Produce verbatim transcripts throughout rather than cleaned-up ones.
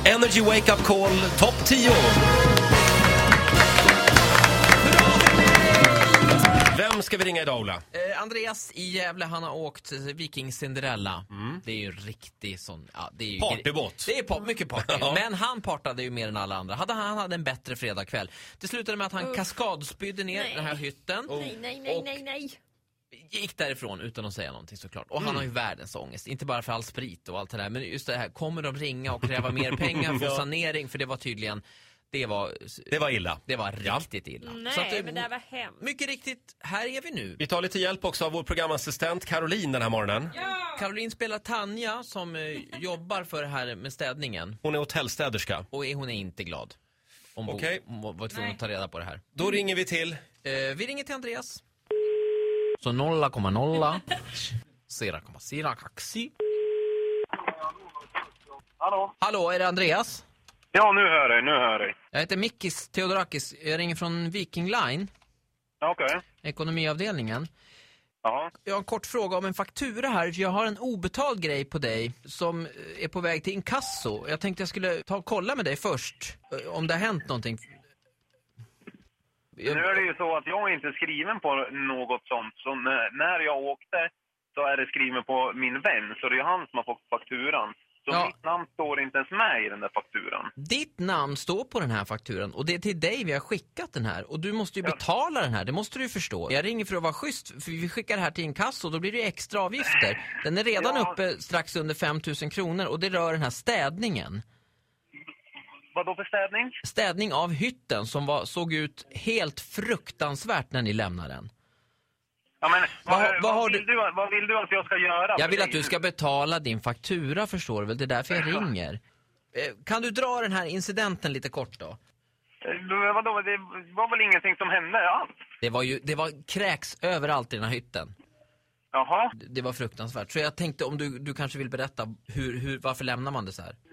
Energy Wake Up Call, topp tio. Vem ska vi ringa idag, Ola? Eh, Andreas i Gävle, han har åkt Viking Cinderella. Mm. Det är ju riktigt sån... Ja, det är ju partybåt. Det är pop, mycket party. Ja. Men han partade ju mer än alla andra. Hade, han hade en bättre fredagkväll. Det slutade med att han uh. kaskadspydde ner nej. den här hytten. Oh. Nej, nej, nej, nej, nej. Gick därifrån utan att säga någonting såklart. Och mm. han har ju världens ångest. Inte bara för all sprit och allt det där. Men just det här, kommer de ringa och kräva mer pengar för ja. sanering? För det var tydligen... Det var, det var illa. Det var riktigt illa. Nej, så att det, men det var hemskt. Mycket riktigt, här är vi nu. Vi tar lite hjälp också av vår programassistent Caroline den här morgonen. Ja! Caroline spelar Tanja som eh, jobbar för det här med städningen. Hon är hotellstäderska. Och är, hon är inte glad. Om Okej. Hon var tvungen att ta reda på det här. Då mm. ringer vi till... Eh, vi ringer till Andreas. Så noll komma noll. fyra komma fyra kaxi. Hallå? Hallå, är det Andreas? Ja, nu hör jag, nu hör jag. Jag heter Mikis Theodorakis. Jag ringer från Viking Line. Okej. Okay. Ekonomiavdelningen. Ja. Jag har en kort fråga om en faktura här. Jag har en obetald grej på dig som är på väg till inkasso. Jag tänkte jag skulle ta och kolla med dig först. Om det har hänt någonting. Nu är det ju så att jag är inte skriven på något sånt. Så när jag åkte så är det skriven på min vän. Så det är han som har fått fakturan. Så ja. mitt namn står inte ens med i den där fakturan. Ditt namn står på den här fakturan. Och det är till dig vi har skickat den här. Och du måste ju ja. betala den här, det måste du ju förstå. Jag ringer för att vara schysst. För vi skickar det här till inkasso, då blir det extra avgifter. Den är redan ja. uppe strax under fem tusen kronor. Och det rör den här städningen. Vad då för städning? Städning av hytten som var, såg ut helt fruktansvärt när ni lämnade den. Ja, men, vad, vad, vad, vad, vad, vill du... Du, vad vill du att jag ska göra? Jag vill att du ska betala din faktura, förstår du väl? Det är därför jag ringer. Kan du dra den här incidenten lite kort då? Vadå? Det var väl ingenting som hände alls? Det var ju, det var kräks överallt i den här hytten. Jaha. Det var fruktansvärt. Så jag tänkte om du, du kanske vill berätta hur, hur, varför lämnar man det så här?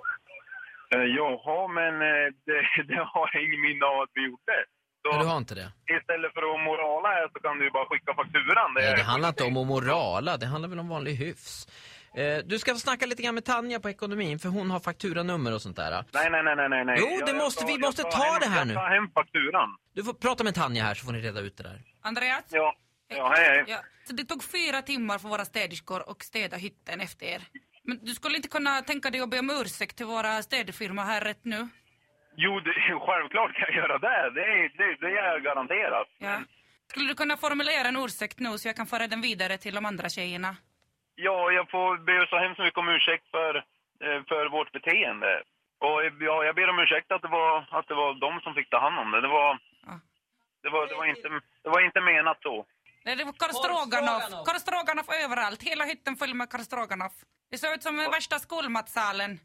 Jaha, men det, det har jag ingen minne av att vi gjorde. Så men du har inte det? Istället för att morala här så kan du bara skicka fakturan. Det, Nej, det handlar inte om att morala, det handlar väl om vanlig hyfs. Eh, du ska få snacka lite grann med Tanja på ekonomin, för hon har fakturanummer och sånt där. Nej, nej, nej, nej, nej. Jo, det jag, måste, jag, vi måste ta hem, det här nu. Jag tar hem fakturan. Du får prata med Tanja här så får ni reda ut det där. Andreas? Ja, ja hej, hej. Ja. Så det tog fyra timmar för våra städerskor och städa hytten efter er. Men du skulle inte kunna tänka dig att be om ursäkt till våra städfirma här rätt nu? Jo, det, självklart kan jag göra det. Det, det, det är jag garanterat. Ja. Skulle du kunna formulera en ursäkt nu så jag kan föra den vidare till de andra tjejerna? Ja, jag får be så hemskt mycket om ursäkt för, för vårt beteende. Och ja, jag ber om ursäkt att det var, att det var de som fick ta hand om det. Det var, ja. det var, det var, inte, det var inte menat så. Nej, det var korvstroganoff. Korvstroganoff överallt. Hela hytten full med korvstroganoff. Det såg ut som den värsta skolmatsalen.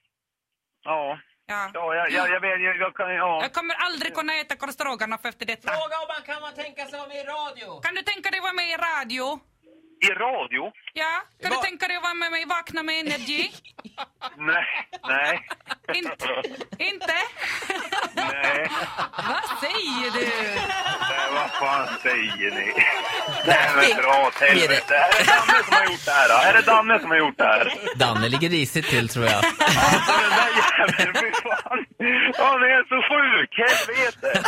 Ja. Ja, ja jag, jag, jag vet, jag, jag kan, ja. Jag kommer aldrig kunna äta korvstroganoff efter detta. Fråga om man kan man tänka sig vara med i radio. Kan du tänka dig vara med i radio? I radio? Ja, kan Va? du tänka dig att vara med mig i Vakna med Energy? Nej, nej. Inte? Inte? Nej. Vad säger du? Nej, vad fan säger ni? Nej, men dra åt helvete. Är det Danne som har gjort det här då? Är det Danne som har gjort det här? Danne ligger risigt till, tror jag. Alltså, den där jäveln, fy fan. Han är så sjuk, helvete.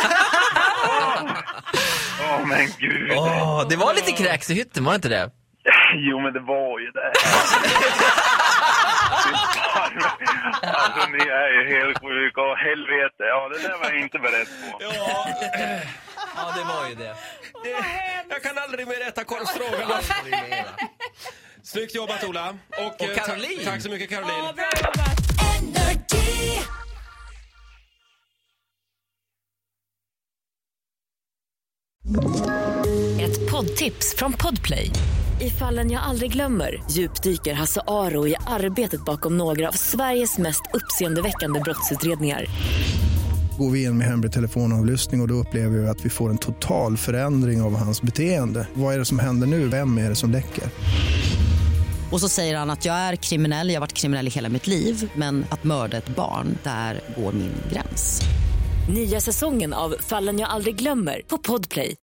Åh, oh, men gud. Oh, det var lite kräks i hytten, var det inte det? Jo, men det var ju det. Alltså, ni är ju helt sjuka. Åh, helvete. Ja, det där var jag inte beredd på. Ja, ja det var ju det. det jag kan aldrig mer äta korvstroganoff. Snyggt jobbat, Ola. Och, och Caroline. Ta- tack så mycket, Caroline. Ja, bra jobbat. Ett poddtips från Podplay. I Fallen jag aldrig glömmer djupdyker Hasse Aro i arbetet bakom några av Sveriges mest uppseendeväckande brottsutredningar. Går vi in med hemlig telefonavlyssning och, och då upplever vi att vi får en total förändring av hans beteende. Vad är det som händer nu? Vem är det som läcker? Och så säger han att jag är kriminell, jag har varit kriminell i hela mitt liv, men att mörda ett barn, där går min gräns. Nya säsongen av Fallen jag aldrig glömmer på Podplay.